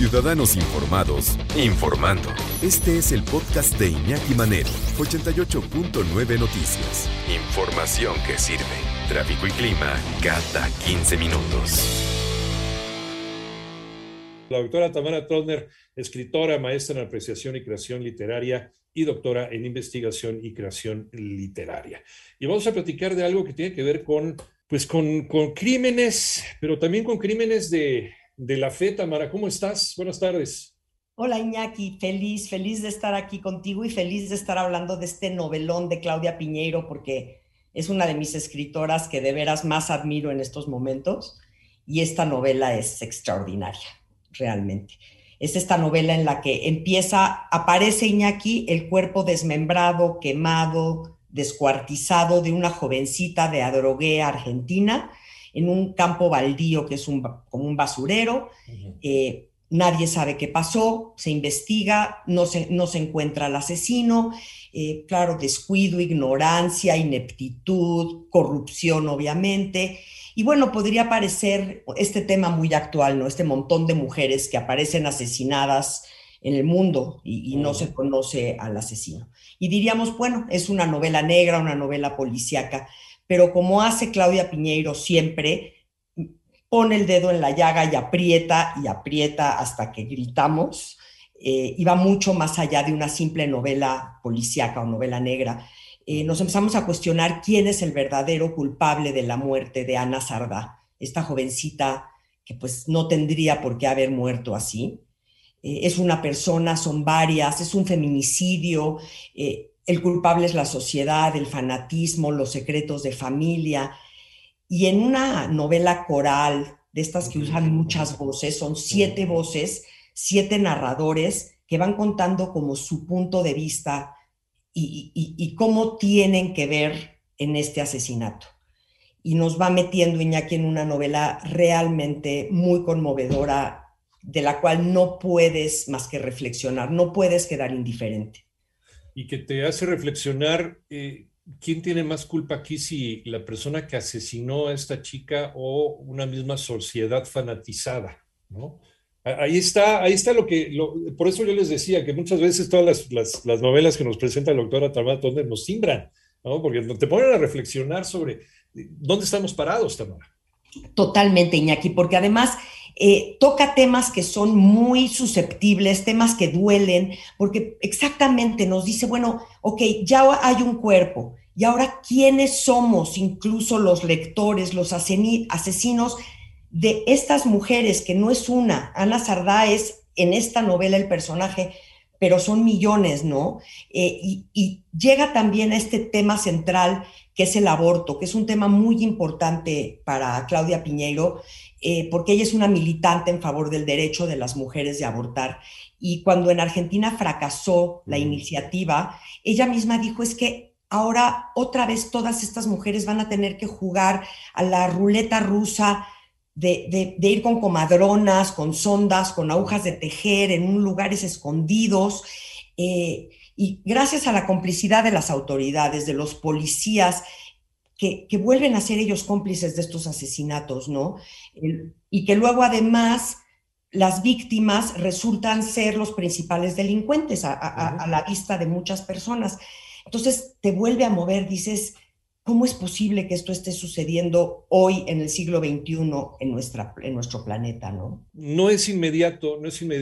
Ciudadanos informados, informando. Este es el podcast de Iñaki Manero, 88.9 Noticias. Información que sirve. Tráfico y clima cada 15 minutos. La doctora Tamara Trotner, escritora, maestra en apreciación y creación literaria y doctora en investigación y creación literaria. Y vamos a platicar de algo que tiene que ver con crímenes, pero también con crímenes de la fe. Tamara, ¿cómo estás? Buenas tardes. Hola Iñaki, feliz de estar aquí contigo y feliz de estar hablando de este novelón de Claudia Piñeiro, porque es una de mis escritoras que de veras más admiro en estos momentos, y esta novela es extraordinaria, realmente. Es esta novela en la que aparece Iñaki, el cuerpo desmembrado, quemado, descuartizado de una jovencita de Adrogué, Argentina, en un campo baldío que es como un basurero. Uh-huh. Nadie sabe qué pasó, se investiga, no se encuentra al asesino. Claro, descuido, ignorancia, ineptitud, corrupción, obviamente. Y bueno, podría parecer este tema muy actual, ¿no? Este montón de mujeres que aparecen asesinadas en el mundo y no se conoce al asesino. Y diríamos, bueno, es una novela negra, una novela policíaca, pero como hace Claudia Piñeiro siempre, pone el dedo en la llaga y aprieta hasta que gritamos, y va mucho más allá de una simple novela policíaca o novela negra. Nos empezamos a cuestionar quién es el verdadero culpable de la muerte de Ana Sardá, esta jovencita que pues no tendría por qué haber muerto así. Es una persona, son varias, es un feminicidio, el culpable es la sociedad, el fanatismo, los secretos de familia. Y en una novela coral, de estas que usan muchas voces, son 7 voces, 7 narradores que van contando como su punto de vista y cómo tienen que ver en este asesinato. Y nos va metiendo Iñaki en una novela realmente muy conmovedora, de la cual no puedes más que reflexionar, no puedes quedar indiferente. Y que te hace reflexionar, ¿quién tiene más culpa aquí, si la persona que asesinó a esta chica o una misma sociedad fanatizada, ¿no? Ahí está por eso yo les decía que muchas veces todas las novelas que nos presenta la doctora Tamara Trotner nos simbran, ¿no? Porque te ponen a reflexionar sobre dónde estamos parados, Tamara. Totalmente, Iñaki, porque además toca temas que son muy susceptibles, temas que duelen, porque exactamente nos dice, bueno, ok, ya hay un cuerpo, y ahora ¿quiénes somos, incluso los lectores, los asesinos de estas mujeres, que no es una? Ana Sardá es en esta novela el personaje, pero son millones, ¿no? Y llega también a este tema central, que es el aborto, que es un tema muy importante para Claudia Piñeiro, porque ella es una militante en favor del derecho de las mujeres de abortar. Y cuando en Argentina fracasó la iniciativa, ella misma dijo, es que ahora otra vez todas estas mujeres van a tener que jugar a la ruleta rusa de ir con comadronas, con sondas, con agujas de tejer en lugares escondidos. Y gracias a la complicidad de las autoridades, de los policías, que vuelven a ser ellos cómplices de estos asesinatos, ¿no? Y que luego además las víctimas resultan ser los principales delincuentes a la vista de muchas personas. Entonces te vuelve a mover, dices, ¿cómo es posible que esto esté sucediendo hoy en el siglo XXI en nuestro planeta, ¿no? No es inmediato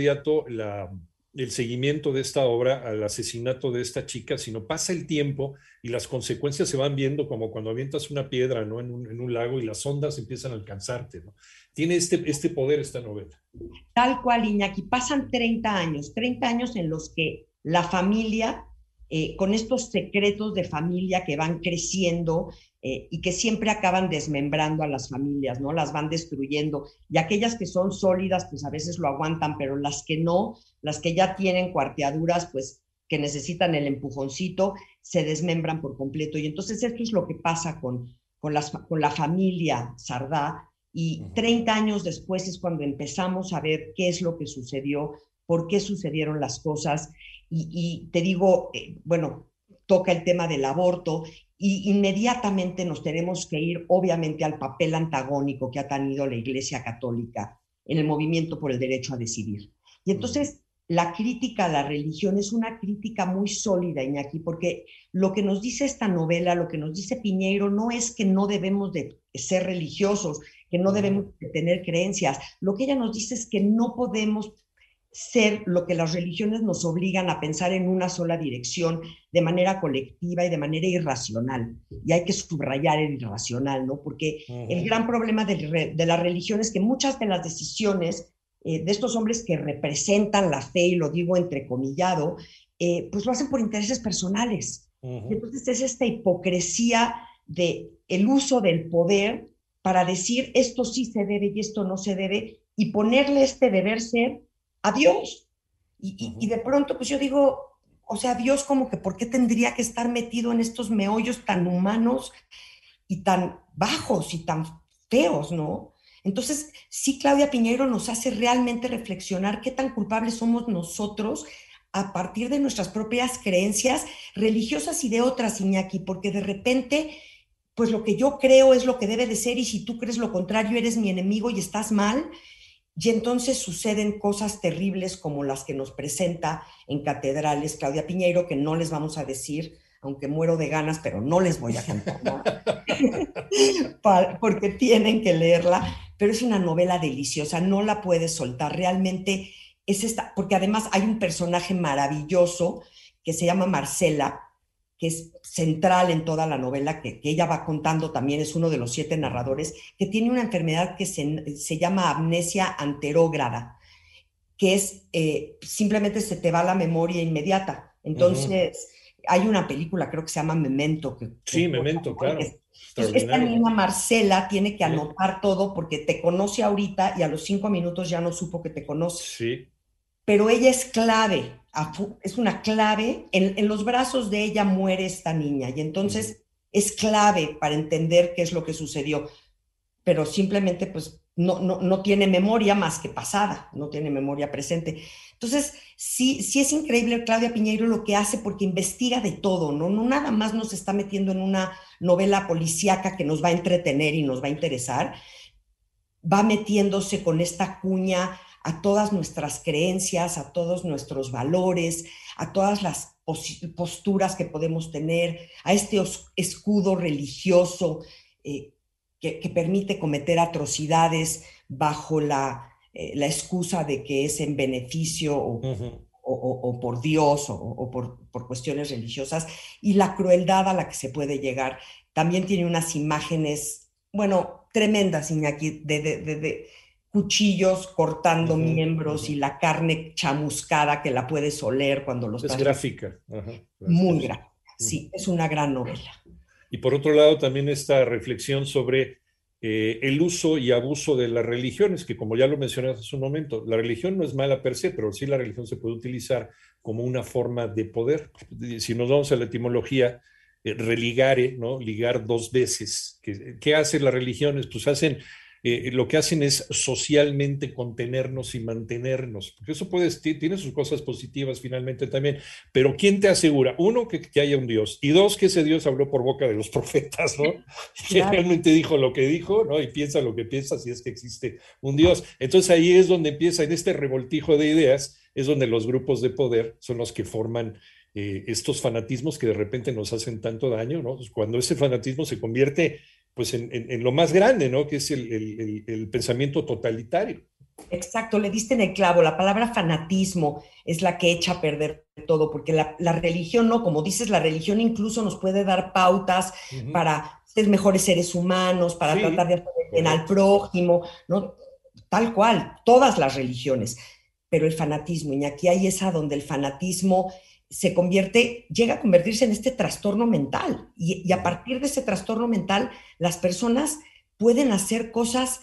el seguimiento de esta obra al asesinato de esta chica, sino pasa el tiempo y las consecuencias se van viendo, como cuando avientas una piedra, ¿no? en un lago, y las ondas empiezan a alcanzarte, ¿no? Tiene este poder esta novela. Tal cual, Iñaki. Pasan 30 años en los que la familia, con estos secretos de familia que van creciendo, y que siempre acaban desmembrando a las familias, ¿no? Las van destruyendo. Y aquellas que son sólidas, pues a veces lo aguantan, pero las que no, las que ya tienen cuarteaduras, pues que necesitan el empujoncito, se desmembran por completo. Y entonces esto es lo que pasa con la familia Sardá. Y 30 años después es cuando empezamos a ver qué es lo que sucedió, por qué sucedieron las cosas. Y te digo, bueno, toca el tema del aborto, y inmediatamente nos tenemos que ir, obviamente, al papel antagónico que ha tenido la Iglesia Católica en el movimiento por el derecho a decidir. Y entonces la crítica a la religión es una crítica muy sólida, Iñaki, porque lo que nos dice esta novela, lo que nos dice Piñeiro, no es que no debemos de ser religiosos, que no debemos de tener creencias. Lo que ella nos dice es que no podemos ser lo que las religiones nos obligan a pensar en una sola dirección de manera colectiva y de manera irracional. Y hay que subrayar el irracional, ¿no? Porque el gran problema de la religión es que muchas de las decisiones de estos hombres que representan la fe, y lo digo entrecomillado, pues lo hacen por intereses personales. Y entonces es esta hipocresía de el uso del poder para decir esto sí se debe y esto no se debe, y ponerle este deber ser a Dios. Y de pronto, pues yo digo, o sea, Dios como que, ¿por qué tendría que estar metido en estos meollos tan humanos y tan bajos y tan feos, ¿no? Entonces, sí, Claudia Piñeiro nos hace realmente reflexionar qué tan culpables somos nosotros a partir de nuestras propias creencias religiosas y de otras, Iñaki, porque de repente, pues lo que yo creo es lo que debe de ser, y si tú crees lo contrario, eres mi enemigo y estás mal. Y entonces suceden cosas terribles como las que nos presenta en Catedrales Claudia Piñeiro, que no les vamos a decir, aunque muero de ganas, pero no les voy a contar nada, porque tienen que leerla, pero es una novela deliciosa, no la puedes soltar, realmente es esta, porque además hay un personaje maravilloso que se llama Marcela, que es central en toda la novela, que ella va contando también, es uno de los 7 narradores, que tiene una enfermedad que se llama amnesia anterógrada, que es simplemente se te va la memoria inmediata. Entonces, hay una película, creo que se llama Memento. Sí, Memento, claro. Entonces, esta niña Marcela tiene que anotar todo porque te conoce ahorita y a los 5 minutos ya no supo que te conoce. Sí. Pero ella es clave, es una clave, en los brazos de ella muere esta niña y entonces es clave para entender qué es lo que sucedió, pero simplemente pues no tiene memoria más que pasada, no tiene memoria presente. Entonces, sí es increíble Claudia Piñeiro lo que hace porque investiga de todo, ¿no? No nada más nos está metiendo en una novela policíaca que nos va a entretener y nos va a interesar, va metiéndose con esta cuña a todas nuestras creencias, a todos nuestros valores, a todas las posturas que podemos tener, a este escudo religioso que permite cometer atrocidades bajo la excusa de que es en beneficio o por Dios o por cuestiones religiosas, y la crueldad a la que se puede llegar. También tiene unas imágenes, bueno, tremendas, Iñaki, de cuchillos cortando miembros y la carne chamuscada que la puedes oler cuando lo estás... Es gráfica. Muy gráfica, sí, es una gran novela. Y por otro lado, también esta reflexión sobre el uso y abuso de las religiones, que como ya lo mencioné hace un momento, la religión no es mala per se, pero sí la religión se puede utilizar como una forma de poder. Si nos vamos a la etimología, religare, ¿no? Ligar 2 veces. ¿Qué hacen las religiones? Pues lo que hacen es socialmente contenernos y mantenernos, porque eso tiene sus cosas positivas finalmente también, pero ¿quién te asegura? Uno, que haya un Dios, y dos, que ese Dios habló por boca de los profetas, ¿no? Que realmente dijo lo que dijo, ¿no? Y piensa lo que piensa, si es que existe un Dios. Entonces ahí es donde empieza, en este revoltijo de ideas, es donde los grupos de poder son los que forman estos fanatismos que de repente nos hacen tanto daño, ¿no? Cuando ese fanatismo se convierte pues en lo más grande, ¿no? Que es el pensamiento totalitario. Exacto, le diste en el clavo. La palabra fanatismo es la que echa a perder todo, porque la religión, no, como dices, la religión incluso nos puede dar pautas para ser mejores seres humanos, para tratar de hacer bien al prójimo, ¿no? Tal cual, todas las religiones. Pero el fanatismo, Iñaki, ahí es a donde el fanatismo llega a convertirse en este trastorno mental. Y a partir de ese trastorno mental, las personas pueden hacer cosas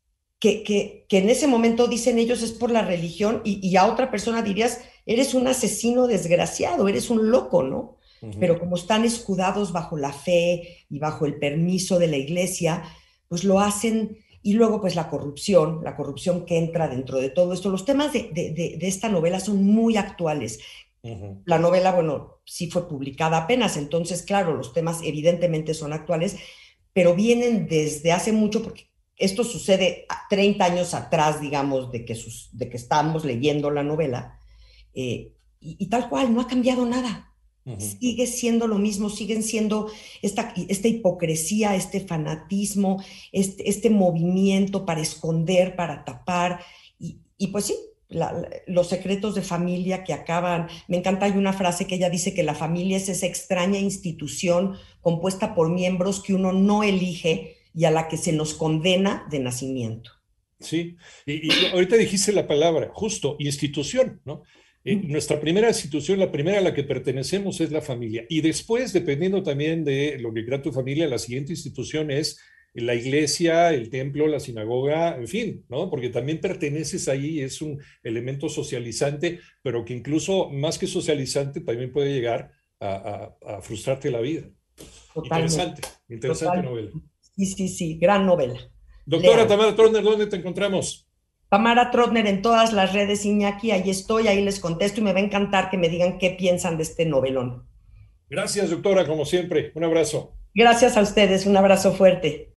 que en ese momento dicen ellos es por la religión, y a otra persona dirías, eres un asesino desgraciado, eres un loco, ¿no? Pero como están escudados bajo la fe y bajo el permiso de la iglesia, pues lo hacen. Y luego, pues la corrupción que entra dentro de todo esto. Los temas de esta novela son muy actuales. La novela, bueno, sí fue publicada apenas, entonces, claro, los temas evidentemente son actuales, pero vienen desde hace mucho, porque esto sucede 30 años atrás, digamos, de que estábamos leyendo la novela, y tal cual, no ha cambiado nada. Uh-huh. Sigue siendo lo mismo, siguen siendo esta hipocresía, este fanatismo, este movimiento para esconder, para tapar, y pues sí, los secretos de familia que acaban. Me encanta, hay una frase que ella dice que la familia es esa extraña institución compuesta por miembros que uno no elige y a la que se nos condena de nacimiento. Sí, y ahorita dijiste la palabra, justo, institución, ¿no? Nuestra primera institución, la primera a la que pertenecemos es la familia. Y después, dependiendo también de lo que crea tu familia, la siguiente institución es la iglesia, el templo, la sinagoga, en fin, ¿no? Porque también perteneces ahí, es un elemento socializante, pero que incluso más que socializante también puede llegar a frustrarte la vida. Totalmente. Interesante novela. Sí, gran novela. Doctora Lean. Tamara Trotner, ¿dónde te encontramos? Tamara Trotner en todas las redes, Iñaki, ahí estoy, ahí les contesto y me va a encantar que me digan qué piensan de este novelón. Gracias, doctora, como siempre. Un abrazo. Gracias a ustedes, un abrazo fuerte.